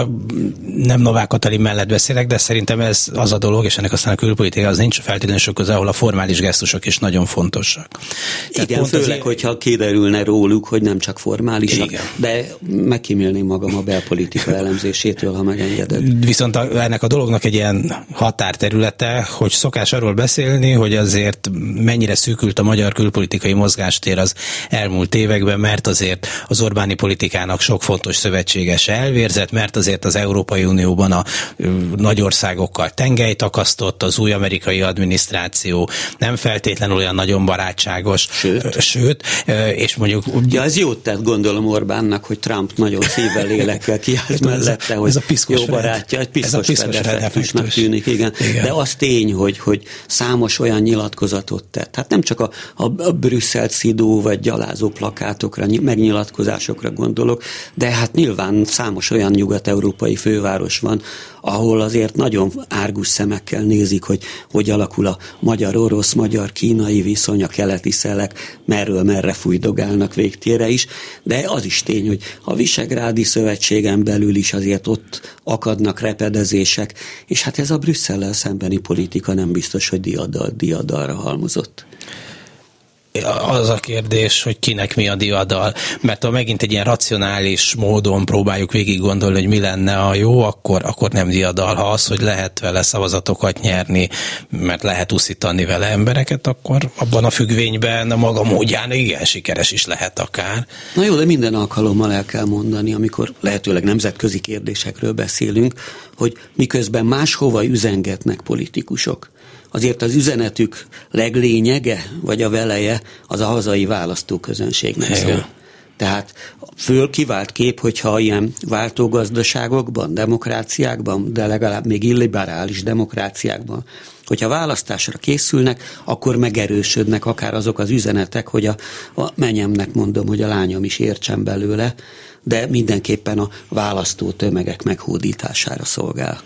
Nem Novák Katalin mellett beszélek, de szerintem ez az a dolog, és ennek aztán a külpolitika az nincs feltétlenül sok köze, ahol a formális gesztusok is nagyon fontosak. Igen, főleg, hogyha kiderülne róluk, hogy nem csak formálisak, de megkímélném magam a belpolitika elemzésétől, ha megengeded. Viszont ennek a dolognak egy ilyen határterülete, hogy szokás arról beszélni, hogy azért mennyire szűkült a magyar külpolitikai mozgástér az elmúlt években, mert azért az Orbáni politikának sok fontos szövetséges elvérzett, mert azért az Európai Unióban a nagy országokkal tengelyt akasztott, az új amerikai adminisztráció nem feltétlenül olyan nagyon barátságos. Sőt, és mondjuk... Ja, ez jót tett, gondolom Orbánnak, hogy Trump nagyon szívvel, lélekkel kiállt mellette, hogy jó barátja, egy piszkos effektusnak tűnik, igen. De az tény, hogy számos olyan nyilatkozatot tett. Hát nem csak a Brüsszelt szidó vagy gyalázó plakátokra, megnyilatkozásokra gondolok, de hát nyilván számos olyan nyugat-európai főváros van, ahol azért nagyon árgus szemekkel nézik, hogy alakul a magyar-orosz, magyar-kínai viszony, a keleti szelek merről merre fújdogálnak végtére is, de az is tény, hogy a Visegrádi Szövetségen belül is azért ott akadnak repedezések, és hát ez a Brüsszellel szembeni politika nem biztos, hogy diadalra halmozott. az a kérdés, hogy kinek mi a diadal. Mert ha megint egy ilyen racionális módon próbáljuk végig gondolni, hogy mi lenne a jó, akkor nem diadal. Ha az, hogy lehet vele szavazatokat nyerni, mert lehet uszítani vele embereket, akkor abban a függvényben a maga módján igen sikeres is lehet akár. Na jó, de minden alkalommal el kell mondani, amikor lehetőleg nemzetközi kérdésekről beszélünk, hogy miközben máshova üzengetnek politikusok, azért az üzenetük leglényege, vagy a veleje az a hazai választóközönségnek szól. Tehát kivált kép, hogyha ilyen váltógazdaságokban, demokráciákban, de legalább még illiberális demokráciákban, hogyha választásra készülnek, akkor megerősödnek akár azok az üzenetek, hogy a menyemnek mondom, hogy a lányom is értsen belőle, de mindenképpen a választó tömegek meghódítására szolgál.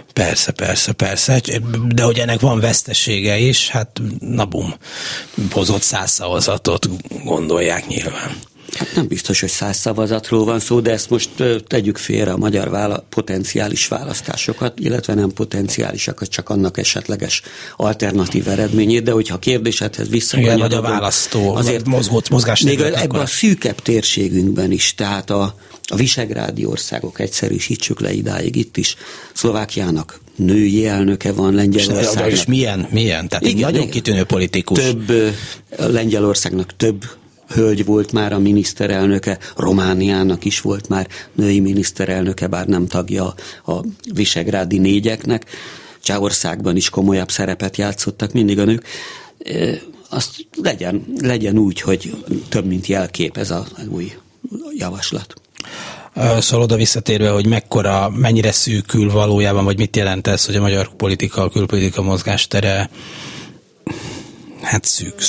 Persze, de hogy ennek van vesztesége is, hát na bum, hozott 100 szavazatot, gondolják nyilván. Hát nem biztos, hogy 100 szavazatról van szó, de ezt most tegyük félre a magyar potenciális választásokat, illetve nem potenciálisakat, csak annak esetleges alternatív eredményét, de hogyha a kérdésedhez visszakanyarodunk. Igen, vagy a választó, azért mozgásterület. Még ebben a szűkebb térségünkben is, tehát a visegrádi országok, egyszerűsítsük le idáig itt is, Szlovákiának női elnöke van, Lengyelországnak. És milyen? Tehát igen, nagyon kitűnő politikus. Lengyelországnak több hölgy volt már a miniszterelnöke, Romániának is volt már női miniszterelnöke, bár nem tagja a visegrádi négyeknek. Csehországban is komolyabb szerepet játszottak mindig a nők. Azt legyen úgy, hogy több mint jelkép ez az új javaslat. Szóval oda visszatérve, hogy mennyire szűkül valójában, vagy mit jelent ez, hogy a magyar politika, a külpolitika mozgástere hát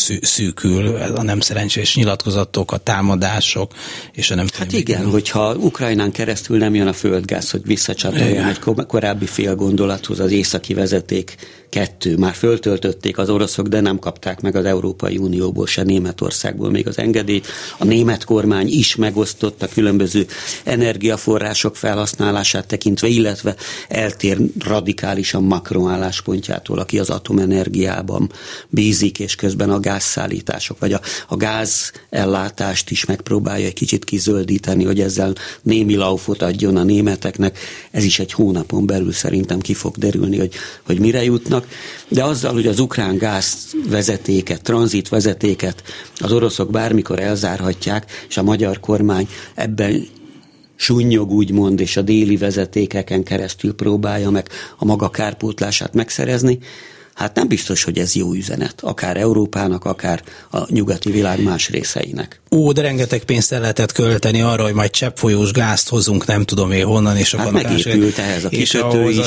szűkül, a nem szerencsés nyilatkozatok, a támadások, és a nem hát igen, hogyha Ukrajnán keresztül nem jön a földgáz, hogy visszacsatoljon egy korábbi fél gondolathoz, az északi vezeték 2, már föltöltötték az oroszok, de nem kapták meg az Európai Unióból, se Németországból még az engedélyt. A német kormány is megosztott a különböző energiaforrások felhasználását tekintve, illetve eltér radikálisan Macron álláspontjától, aki az atomenergiában bízik, és közben a gázszállítások, vagy a gázellátást is megpróbálja egy kicsit kizöldíteni, hogy ezzel némi laufot adjon a németeknek. Ez is egy hónapon belül szerintem ki fog derülni, hogy mire jutnak. De azzal, hogy az ukrán gázvezetéket, tranzitvezetéket az oroszok bármikor elzárhatják, és a magyar kormány ebben sunnyog úgymond, és a déli vezetékeken keresztül próbálja meg a maga kárpótlását megszerezni, hát nem biztos, hogy ez jó üzenet. Akár Európának, akár a nyugati világ más részeinek. De rengeteg pénzt el lehetett költeni arra, hogy majd cseppfolyós gázt hozunk, nem tudom én honnan, és hát megépült ehhez a kikötő is,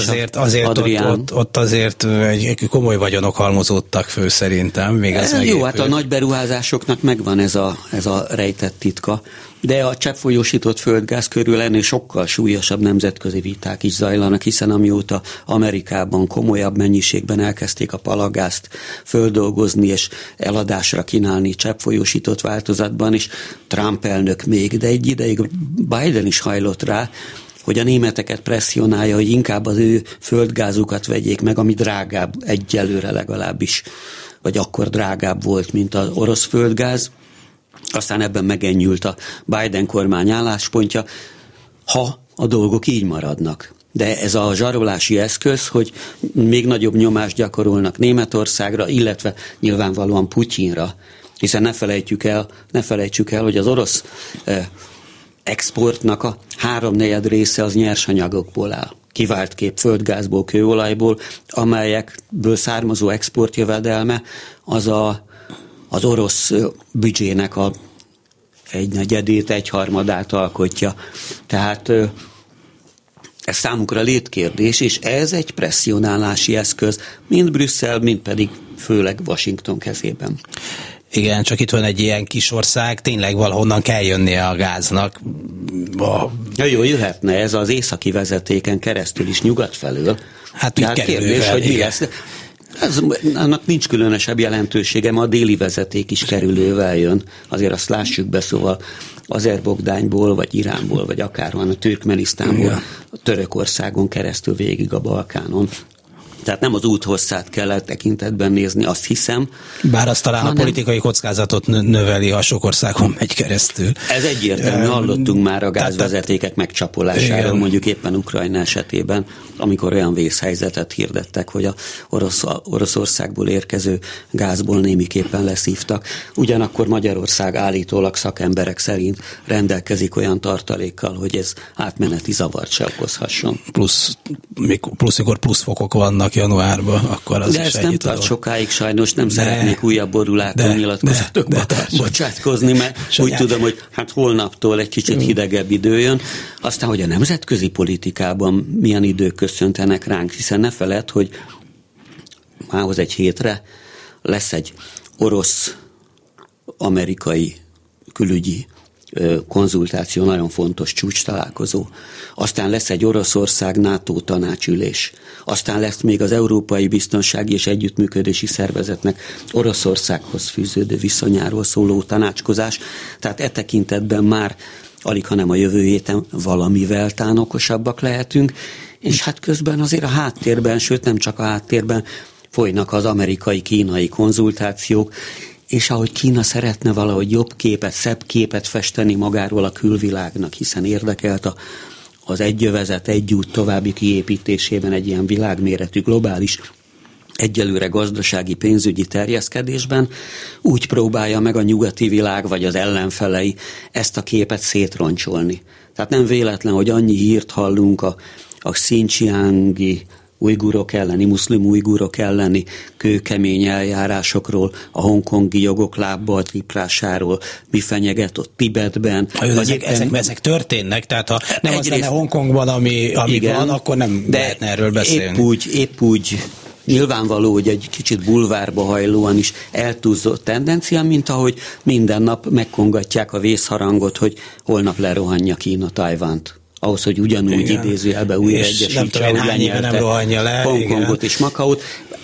azért ott azért egy komoly vagyonok halmozódtak fő szerintem. Még ez jó, hát a nagy beruházásoknak megvan ez a rejtett titka, de a cseppfolyósított földgáz körül ennél sokkal súlyosabb nemzetközi viták is zajlanak, hiszen amióta Amerikában komolyabb mennyiségben elkezdték a palagázt földolgozni és eladásra kínálni cseppfolyósított változatban is, Trump elnök még, de egy ideig Biden is hajlott rá, hogy a németeket presszionálja, hogy inkább az ő földgázukat vegyék meg, ami drágább egyelőre legalábbis, vagy akkor drágább volt, mint az orosz földgáz. Aztán ebben megenyült a Biden kormány álláspontja, ha a dolgok így maradnak. De ez a zsarolási eszköz, hogy még nagyobb nyomást gyakorolnak Németországra, illetve nyilvánvalóan Putyinra, hiszen ne felejtsük el, hogy az orosz exportnak a 3/4 része az nyersanyagokból áll. Kivált kép földgázból, kőolajból, amelyekből származó exportjövedelme az orosz büdzsének a 1/4, 1/3 alkotja. Tehát ez számukra létkérdés, és ez egy presszionálási eszköz, mind Brüsszel, mind pedig főleg Washington kezében. Igen, csak itt van egy ilyen kis ország, tényleg valahonnan kell jönnie a gáznak. Jó, jöhetne ez az északi vezetéken keresztül is nyugat felől. Hát így kérdés, hogy mi lesz. Annak nincs különösebb jelentősége, ma a déli vezeték is kerülővel jön. Azért azt lássuk be, szóval Azerbogdányból, vagy Iránból, vagy akárhol a Türkmenisztánból, a Törökországon keresztül végig a Balkánon. Tehát nem az út hosszát kell tekintetben nézni, azt hiszem. Bár az talán a politikai kockázatot növeli, ha sok országon megy keresztül. Ez egyértelmű, hallottunk már a gázvezetékek megcsapolásáról, mondjuk éppen Ukrajna esetében, amikor olyan vészhelyzetet hirdettek, hogy a Oroszországból érkező gázból némiképpen leszívtak. Ugyanakkor Magyarország állítólag szakemberek szerint rendelkezik olyan tartalékkal, hogy ez átmeneti zavart se okozhasson. Plusz mikor pluszfokok vannak januárban, akkor az de is ezt nem tart sokáig, sajnos nem szeretnék újabb borulátó nyilatkozatokba bocsátkozni, mert úgy tudom, hogy hát holnaptól egy kicsit hidegebb idő jön. Aztán, hogy a nemzetközi politikában milyen idők köszöntenek ránk, hiszen ne feledd, hogy mához egy hétre lesz egy orosz-amerikai külügyi konzultáció, nagyon fontos csúcstalálkozó. Aztán lesz egy Oroszország-NATO tanácsülés. Aztán lesz még az Európai Biztonsági és Együttműködési Szervezetnek Oroszországhoz fűződő viszonyáról szóló tanácskozás. Tehát e tekintetben már alig, hanem a jövő héten valamivel tán okosabbak lehetünk, és hát közben azért a háttérben, sőt nem csak a háttérben folynak az amerikai-kínai konzultációk, és ahogy Kína szeretne valahogy jobb képet, szebb képet festeni magáról a külvilágnak, hiszen érdekelt az egyövezet, egy út további kiépítésében egy ilyen világméretű globális, egyelőre gazdasági, pénzügyi terjeszkedésben, úgy próbálja meg a nyugati világ, vagy az ellenfelei ezt a képet szétroncsolni. Tehát nem véletlen, hogy annyi hírt hallunk a Xinjiangi ujgurok elleni, muszlim ujgurok elleni kőkemény eljárásokról, a hongkongi jogok lábbal triplásáról, mi fenyeget ott Tibetben. Ezek történnek, tehát ha nem az lenne Hongkongban, ami van, akkor nem lehetne erről beszélni. Épp úgy nyilvánvaló, hogy egy kicsit bulvárba hajlóan is eltúlzott tendencia, mint ahogy minden nap megkongatják a vészharangot, hogy holnap lerohanja Kína Tajvant. Ahhoz, hogy ugyanúgy idézőjelbe újra egyesítse, hogy lenyelte Hongkongot és Makaót.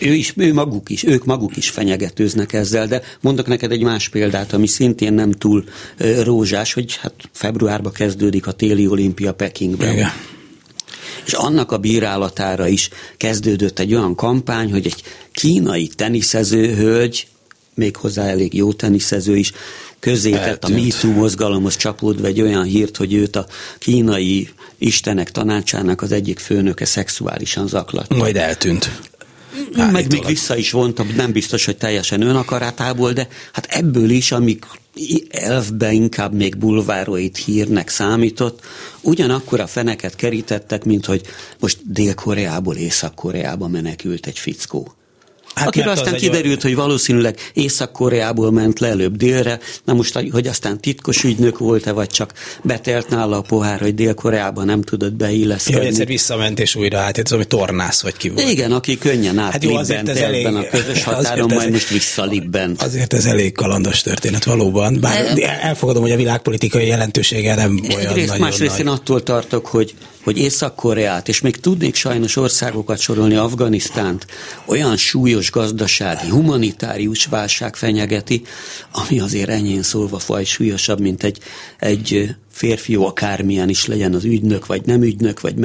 Ők maguk is fenyegetőznek ezzel, de mondok neked egy más példát, ami szintén nem túl rózsás, hogy hát februárban kezdődik a téli olimpia Pekingben. Igen. És annak a bírálatára is kezdődött egy olyan kampány, hogy egy kínai teniszező hölgy, méghozzá elég jó teniszező is, közzétett a MeToo mozgalomhoz csapódva egy olyan hírt, hogy őt a kínai istenek tanácsának az egyik főnöke szexuálisan zaklatta. Majd eltűnt. Meg még vissza is vonta, nem biztos, hogy teljesen önakaratából, de hát ebből is, amik elfben inkább még bulvároid hírnek számított, ugyanakkor a feneket kerítettek, mint hogy most Dél-Koreából Észak-Koreába menekült egy fickó. Akire aztán kiderült, hogy valószínűleg Észak-Koreából ment le előbb délre, na most, hogy aztán titkos ügynök volt-e, vagy csak betelt nála a pohár, hogy Dél-Koreában nem tudott beilleszkedni. Jó, egyszer visszament és újra ez ami tornász vagy ki volt. Igen, aki könnyen átlibbent ebben a közös határon, majd most visszalibbent. Azért ez elég kalandos történet valóban, bár elfogadom, hogy a világpolitikai jelentősége nem olyan nagyon nagy. Másrészt én attól tartok, hogy Észak-Koreát, és még tudnék sajnos országokat sorolni, Afganisztánt, olyan súlyos gazdasági, humanitárius válság fenyegeti, ami azért enyhén szólva fajsúlyosabb, mint egy férfiú akármilyen is legyen az ügynök, vagy nem ügynök, vagy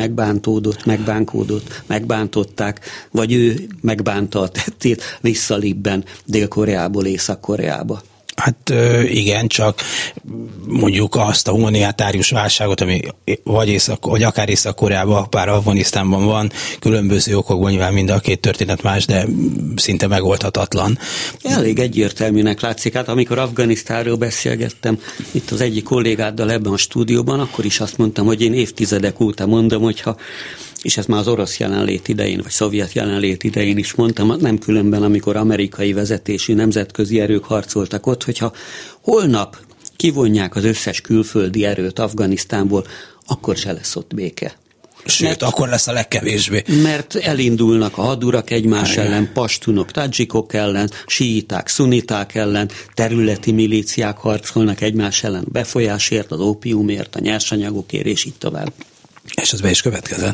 megbántották, vagy ő megbánta a tettét, visszalibben Dél-Koreából Észak-Koreába. Hát igen, csak mondjuk azt a humanitárius válságot, ami vagy akár Észak-Koreában, bár Afganisztánban van, különböző okokból nyilván mind a két történet más, de szinte megoldhatatlan. Elég egyértelműnek látszik. Hát amikor Afganisztánról beszélgettem itt az egyik kollégáddal ebben a stúdióban, akkor is azt mondtam, hogy én évtizedek óta mondom, hogyha és ezt már az orosz jelenlét idején, vagy szovjet jelenlét idején is mondtam, nem különben, amikor amerikai vezetésű nemzetközi erők harcoltak ott, hogyha holnap kivonják az összes külföldi erőt Afganisztánból, akkor se lesz ott béke. Sőt, akkor lesz a legkevésbé. Mert elindulnak a hadurak egymás ellen, pastunok, tadzsikok ellen, síiták, szuniták ellen, területi milíciák harcolnak egymás ellen, befolyásért, az ópiumért, a nyersanyagokért, és így tovább. És ez be is következett.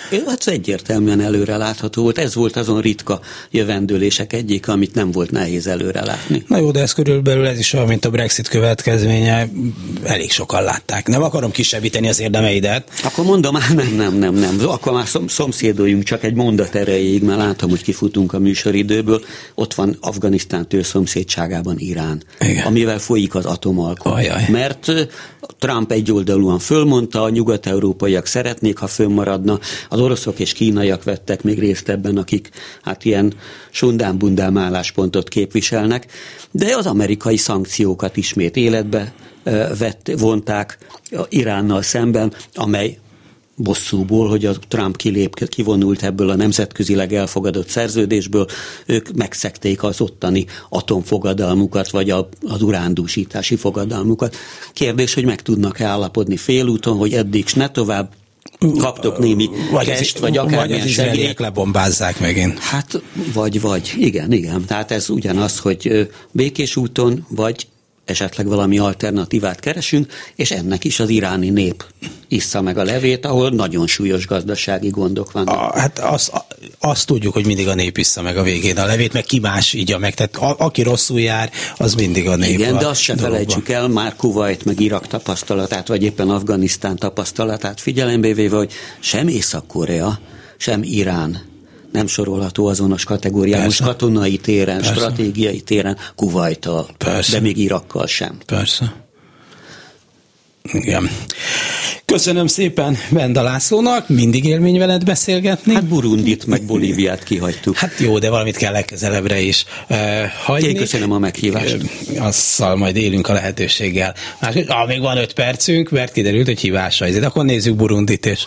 Ez egyértelműen előre látható volt. Ez volt azon ritka jövendőlések egyik, amit nem volt nehéz előre látni. Na jó, de ez körülbelül ez is olyan, mint a Brexit következménye. Elég sokan látták. Nem akarom kisebbíteni az érdemeidet. Akkor mondom, nem. Akkor már szomszédoljunk csak egy mondat erejéig, mert látom, hogy kifutunk a műsoridőből. Ott van Afganisztán szomszédságában Irán, igen, amivel folyik az atomalkot. Mert Trump egyoldalúan fölmondta, a nyugat-európaiak szeretnék, ha fönnmaradna, az oroszok és kínaiak vettek még részt ebben, akik hát ilyen sundán-bundám álláspontot képviselnek, de az amerikai szankciókat ismét életbe vonták Iránnal szemben, amely bosszúból, hogy a Trump kivonult ebből a nemzetközileg elfogadott szerződésből, ők megszegték az ottani atomfogadalmukat, vagy az urándúsítási fogadalmukat. Kérdés, hogy meg tudnak-e állapodni félúton, hogy eddig s ne tovább, kaptok némi kest, vagy akármilyen segélyek lebombázzák megint. Hát, vagy. Igen. Tehát ez ugyanaz, hogy békés úton, vagy esetleg valami alternatívát keresünk, és ennek is az iráni nép issza meg a levét, ahol nagyon súlyos gazdasági gondok vannak. Hát azt tudjuk, hogy mindig a nép issza meg a végén a levét, meg ki más ígya meg. Tehát aki rosszul jár, az mindig a nép. Igen, de azt se felejtsük el, már Kuvajt meg Irak tapasztalatát, vagy éppen Afganisztán tapasztalatát figyelembe véve, hogy sem Észak-Korea, sem Irán nem sorolható azonos kategóriában, most katonai téren, stratégiai téren Kuvajttal, de még Irakkal sem. Persze. Igen. Köszönöm szépen Benda Lászlónak, mindig élmény veled beszélgetni. Hát Burundit meg Bolíviát kihagytuk. Hát jó, de valamit kell legközelebbre is hagyni. Én köszönöm a meghívást. Azzal majd élünk a lehetőséggel. Még van 5 percünk, mert kiderült, hogy hívásra ezért. Akkor nézzük Burundit, és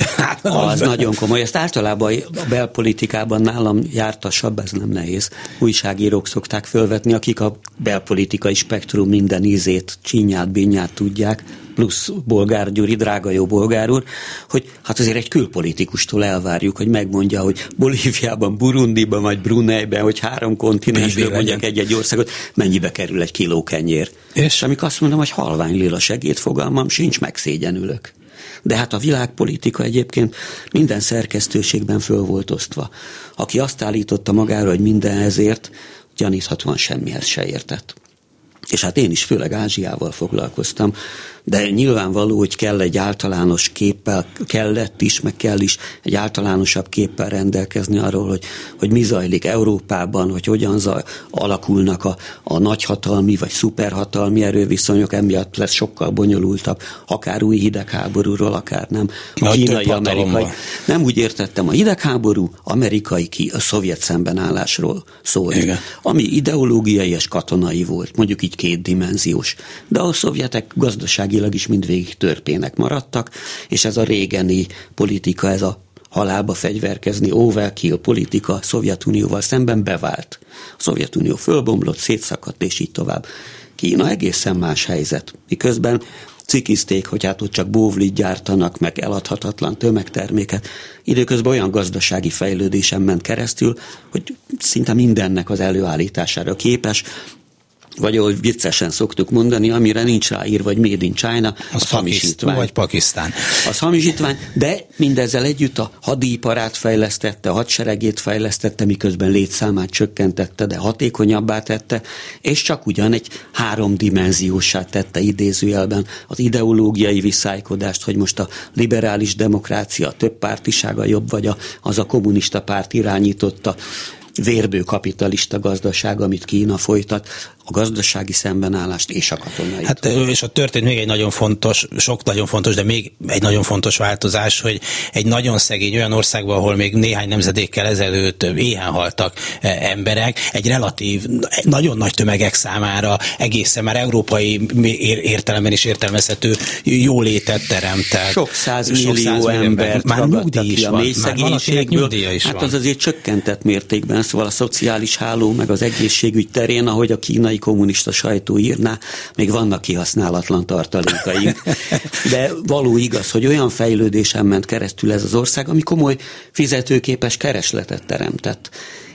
az nagyon komoly. Ezt általában a belpolitikában nálam jártasabb, ez nem nehéz. Újságírók szokták fölvetni, akik a belpolitikai spektrum minden ízét, csinyát, binyát tudják, plusz Bolgár Gyuri, drága jó bolgár úr, hogy hát azért egy külpolitikustól elvárjuk, hogy megmondja, hogy Bolíviában, Burundiban vagy Bruneiben, hogy 3 kontinensből mondják egy-egy országot, mennyibe kerül egy kiló kenyér. És amikor azt mondom, hogy halvány lila segéd, fogalmam sincs, megszégyenülök. De hát a világpolitika egyébként minden szerkesztőségben föl volt osztva. Aki azt állította magára, hogy mindenhez ért, gyaníthatóan semmihez se értett. És hát én is főleg Ázsiával foglalkoztam, de nyilvánvaló, hogy kell egy általános képpel, kellett is, meg kell is egy általánosabb képpel rendelkezni arról, hogy mi zajlik Európában, hogy hogyan alakulnak a nagyhatalmi vagy szuperhatalmi erőviszonyok, emiatt lesz sokkal bonyolultabb, akár új hidegháborúról, akár nem. A kínai-amerikai. Nem úgy értettem, a hidegháború amerikai a szovjet szembenállásról szólt, igen, ami ideológiai és katonai volt, mondjuk így 2 dimenziós. De a szovjetek gazdaságilag is mindvégig törpének maradtak, és ez a régeni politika, ez a halálba fegyverkezni, overkill politika a Szovjetunióval szemben bevált. A Szovjetunió fölbomlott, szétszakadt, és így tovább. Kína egészen más helyzet. Miközben cikizték, hogy hát ott csak bóvlit gyártanak, meg eladhatatlan tömegterméket. Időközben olyan gazdasági fejlődésen ment keresztül, hogy szinte mindennek az előállítására képes, vagy ahogy viccesen szoktuk mondani, amire nincs ráírva, vagy Made in China, az hamisítvány. Vagy Pakisztán. Az hamisítvány, de mindezzel együtt a hadiiparát fejlesztette, a hadseregét fejlesztette, miközben létszámát csökkentette, de hatékonyabbá tette, és csak ugyan egy 3-dimenziósá tette idézőjelben az ideológiai viszálykodást, hogy most a liberális demokrácia, a többpártisága jobb, vagy az a kommunista párt irányította vérbő kapitalista gazdaság, amit Kína folytat, a gazdasági szembenállást és a katonai. Hát és ott történt még egy nagyon fontos, sok nagyon fontos, de még egy nagyon fontos változás, hogy egy nagyon szegény olyan országban, ahol még néhány nemzedékkel ezelőtt éhen haltak emberek, egy relatív, nagyon nagy tömegek számára egészen már európai értelemben is értelmezhető jólétet teremtett. Sok százmillió embert már nyugdíj is van, már valakinek nyugdíja is van. Hát az azért csökkentett mértékben, szóval a szociális háló, meg az egészségügy terén, ahogy a kínai kommunista sajtó írná, még vannak kihasználatlan tartalékaink. De való igaz, hogy olyan fejlődésen ment keresztül ez az ország, ami komoly fizetőképes keresletet teremtett.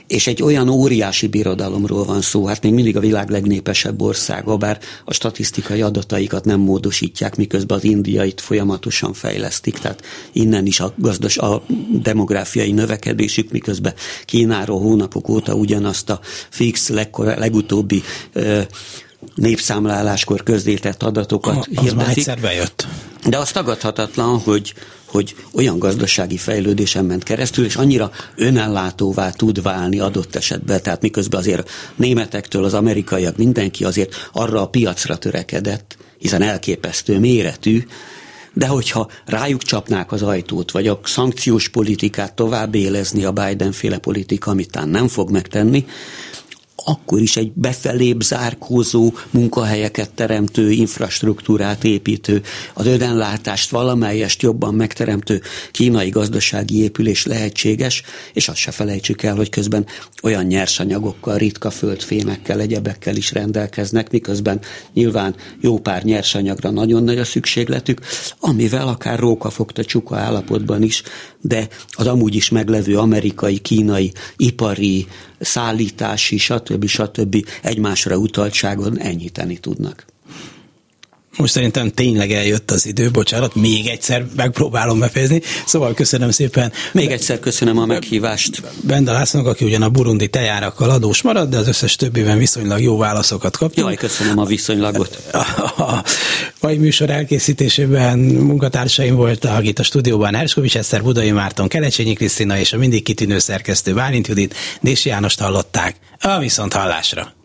És egy olyan óriási birodalomról van szó, hát még mindig a világ legnépesebb országa, bár a statisztikai adataikat nem módosítják, miközben az indiait folyamatosan fejlesztik, tehát innen is a demográfiai növekedésük, miközben Kínáról hónapok óta ugyanazt a fix, legutóbbi népszámláláskor közzétett adatokat hirdetik. Az már egyszer bejött. De az tagadhatatlan, hogy olyan gazdasági fejlődésen ment keresztül, és annyira önellátóvá tud válni adott esetben, tehát miközben azért németektől az amerikaiak mindenki azért arra a piacra törekedett, hiszen elképesztő méretű, de hogyha rájuk csapnák az ajtót, vagy a szankciós politikát tovább élezni a Biden-féle politika, amit tán nem fog megtenni, akkor is egy befelébb zárkózó, munkahelyeket teremtő, infrastruktúrát építő, az önellátást valamelyest jobban megteremtő kínai gazdasági épülés lehetséges, és azt se felejtsük el, hogy közben olyan nyersanyagokkal, ritka földfémekkel, egyebekkel is rendelkeznek, miközben nyilván jó pár nyersanyagra nagyon nagy a szükségletük, amivel akár rókafogta csuka állapotban is, de az amúgy is meglevő amerikai, kínai, ipari, szállítási, stb. Egymásra utaltságon enyhíteni tudnak. Most szerintem tényleg eljött az idő, bocsánat, még egyszer megpróbálom befejezni. Szóval köszönöm szépen. Még egyszer köszönöm a meghívást. Benda Lászlónak, aki ugyan a burundi tejárakkal adós marad, de az összes többiben viszonylag jó válaszokat kaptunk. Jaj, köszönöm a viszonylagot. A mai műsor elkészítésében munkatársaim voltak itt a stúdióban Herskovics Eszter, Budai Márton, Kelecsényi Krisztina és a mindig kitűnő szerkesztő Bálint Judit. Dési Jánost hallották. A viszonthallásra.